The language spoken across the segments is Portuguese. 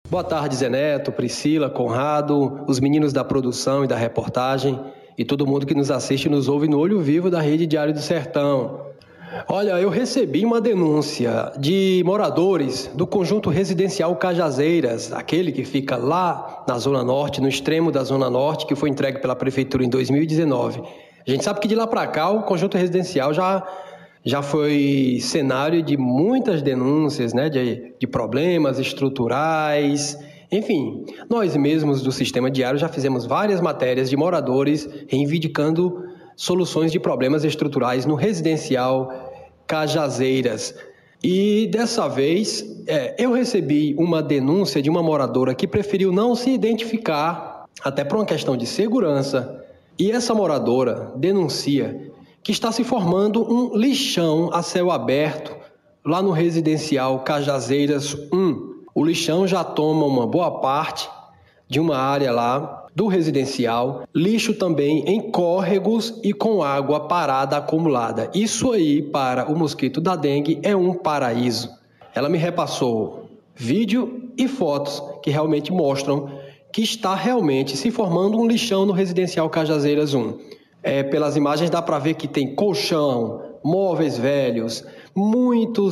Boa tarde, Zé Neto, Priscila, Conrado, os meninos da produção e da reportagem e todo mundo que nos assiste e nos ouve no Olho Vivo da Rede Diário do Sertão. Olha, eu recebi uma denúncia de moradores do conjunto residencial Cajazeiras, aquele que fica lá na Zona Norte, no extremo da Zona Norte, que foi entregue pela Prefeitura em 2019. A gente sabe que de lá para cá o conjunto residencial já foi cenário de muitas denúncias, né, de problemas estruturais. Enfim, nós mesmos do Sistema Diário já fizemos várias matérias de moradores reivindicando soluções de problemas estruturais no residencial Cajazeiras. E dessa vez eu recebi uma denúncia de uma moradora que preferiu não se identificar, até por uma questão de segurança. E essa moradora denuncia que está se formando um lixão a céu aberto lá no residencial Cajazeiras 1. O lixão já toma uma boa parte de uma área lá do residencial, lixo também em córregos e com água parada acumulada. Isso aí, para o mosquito da dengue, é um paraíso. Ela me repassou vídeo e fotos que realmente mostram que está realmente se formando um lixão no residencial Cajazeiras 1. Pelas imagens dá para ver que tem colchão, móveis velhos, muitos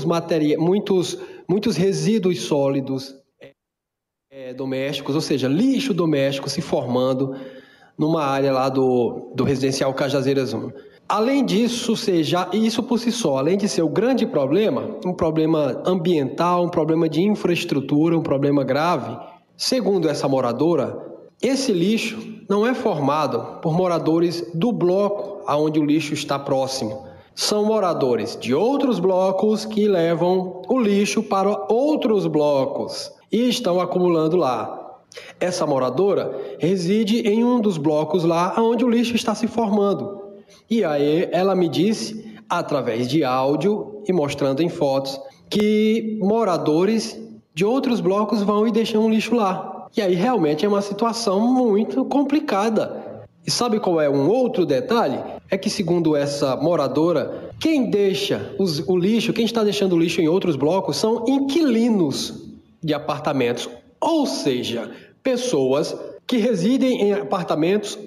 resíduos sólidos domésticos, ou seja, lixo doméstico se formando numa área lá do residencial Cajazeiras 1. Além disso, isso por si só, além de ser um grande problema, um problema ambiental, um problema de infraestrutura, um problema grave, segundo essa moradora, esse lixo não é formado por moradores do bloco aonde o lixo está próximo. São moradores de outros blocos que levam o lixo para outros blocos e estão acumulando lá. Essa moradora reside em um dos blocos lá onde o lixo está se formando. E aí ela me disse, através de áudio e mostrando em fotos, que moradores de outros blocos vão e deixam o lixo lá. E aí realmente é uma situação muito complicada. E sabe qual é um outro detalhe? É que, segundo essa moradora, quem deixa o lixo, quem está deixando o lixo em outros blocos são inquilinos de apartamentos, ou seja, pessoas que residem em apartamentos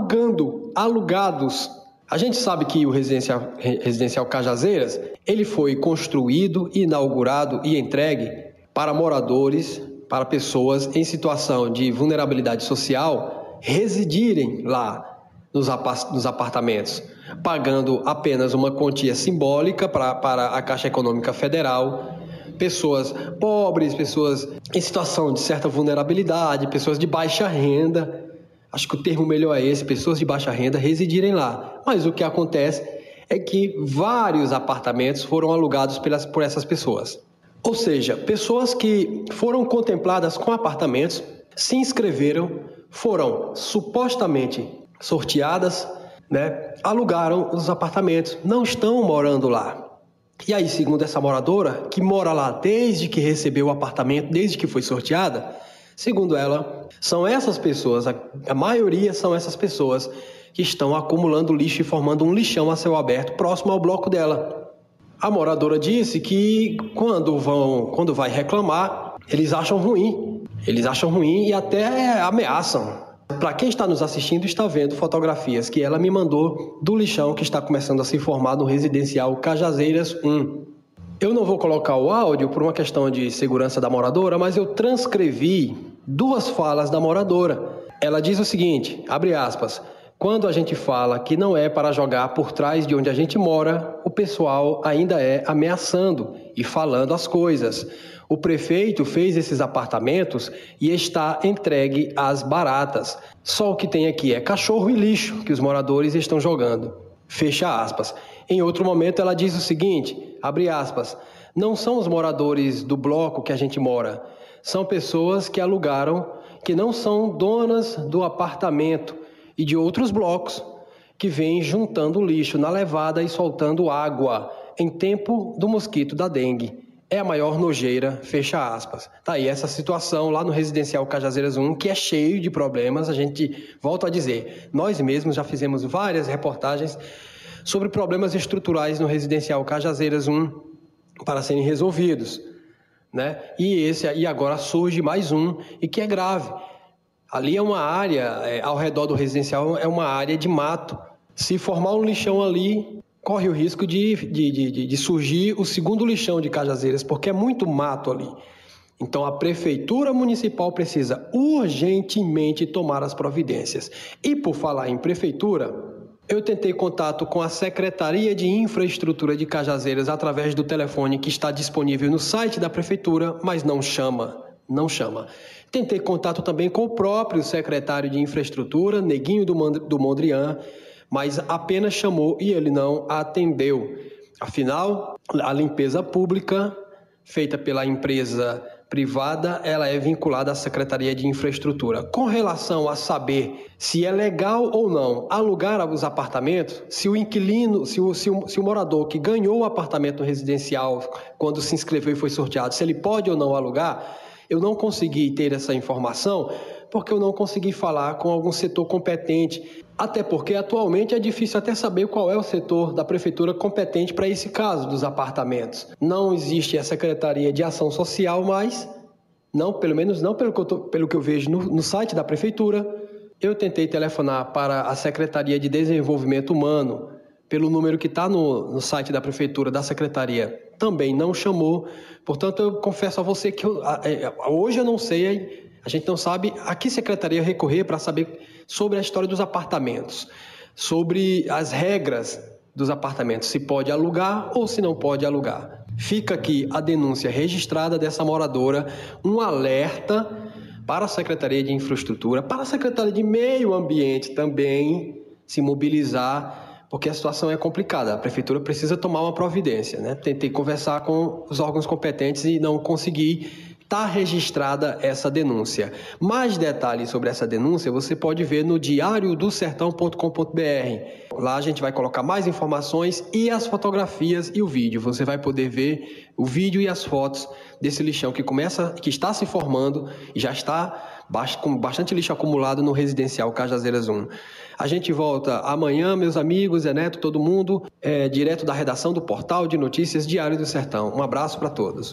alugados. A gente sabe que o residencial Cajazeiras, ele foi construído, inaugurado e entregue para moradores, para pessoas em situação de vulnerabilidade social residirem lá nos apartamentos, pagando apenas uma quantia simbólica para a Caixa Econômica Federal. Pessoas pobres, pessoas em situação de certa vulnerabilidade, pessoas de baixa renda, acho que o termo melhor é esse, pessoas de baixa renda residirem lá. Mas o que acontece é que vários apartamentos foram alugados por essas pessoas. Ou seja, pessoas que foram contempladas com apartamentos, se inscreveram, foram supostamente sorteadas, alugaram os apartamentos, não estão morando lá. E aí, segundo essa moradora, que mora lá desde que recebeu o apartamento, desde que foi sorteada, segundo ela, são essas pessoas, a maioria são essas pessoas que estão acumulando lixo e formando um lixão a céu aberto próximo ao bloco dela. A moradora disse que quando vai reclamar, eles acham ruim e até ameaçam. Para quem está nos assistindo, está vendo fotografias que ela me mandou do lixão que está começando a se formar no residencial Cajazeiras 1. Eu não vou colocar o áudio por uma questão de segurança da moradora, mas eu transcrevi 2 falas da moradora. Ela diz o seguinte, abre aspas, quando a gente fala que não é para jogar por trás de onde a gente mora, o pessoal ainda é ameaçando e falando as coisas. O prefeito fez esses apartamentos e está entregue às baratas. Só o que tem aqui é cachorro e lixo que os moradores estão jogando. Fecha aspas. Em outro momento ela diz o seguinte, abre aspas, não são os moradores do bloco que a gente mora, são pessoas que alugaram, que não são donas do apartamento e de outros blocos, que vêm juntando lixo na levada e soltando água em tempo do mosquito da dengue. É a maior nojeira, fecha aspas. Tá aí essa situação lá no residencial Cajazeiras 1, que é cheio de problemas. A gente volta a dizer, nós mesmos já fizemos várias reportagens sobre problemas estruturais no residencial Cajazeiras 1 para serem resolvidos. né? E agora surge mais um, e que é grave. Ali é uma área, ao redor do residencial, é uma área de mato. Se formar um lixão ali, corre o risco de surgir o segundo lixão de Cajazeiras, porque é muito mato ali. Então, a Prefeitura Municipal precisa urgentemente tomar as providências. E, por falar em Prefeitura, eu tentei contato com a Secretaria de Infraestrutura de Cajazeiras através do telefone que está disponível no site da Prefeitura, mas não chama. Tentei contato também com o próprio secretário de Infraestrutura, Neguinho do Mondrian, mas apenas chamou e ele não atendeu. Afinal, a limpeza pública feita pela empresa privada, ela é vinculada à Secretaria de Infraestrutura. Com relação a saber se é legal ou não alugar os apartamentos, se o inquilino, se o morador que ganhou o apartamento residencial quando se inscreveu e foi sorteado, se ele pode ou não alugar, eu não consegui ter essa informação porque eu não consegui falar com algum setor competente, até porque atualmente é difícil até saber qual é o setor da prefeitura competente para esse caso dos apartamentos. Não existe a Secretaria de Ação Social mais, pelo menos não pelo que eu vejo no site da prefeitura. Eu tentei telefonar para a Secretaria de Desenvolvimento Humano, pelo número que está no site da prefeitura, da secretaria, também não chamou. Portanto, eu confesso a você que hoje eu não sei, a gente não sabe a que secretaria recorrer para saber sobre a história dos apartamentos, sobre as regras dos apartamentos, se pode alugar ou se não pode alugar. Fica aqui a denúncia registrada dessa moradora, um alerta para a Secretaria de Infraestrutura, para a Secretaria de Meio Ambiente também se mobilizar, porque a situação é complicada. A prefeitura precisa tomar uma providência, né? Tentei conversar com os órgãos competentes e não consegui. Está registrada essa denúncia. Mais detalhes sobre essa denúncia você pode ver no diariodosertão.com.br. Lá a gente vai colocar mais informações e as fotografias e o vídeo. Você vai poder ver o vídeo e as fotos desse lixão que está se formando e já está com bastante lixo acumulado no residencial Cajazeiras 1. A gente volta amanhã, meus amigos, Zé Neto, todo mundo, direto da redação do portal de notícias Diário do Sertão. Um abraço para todos.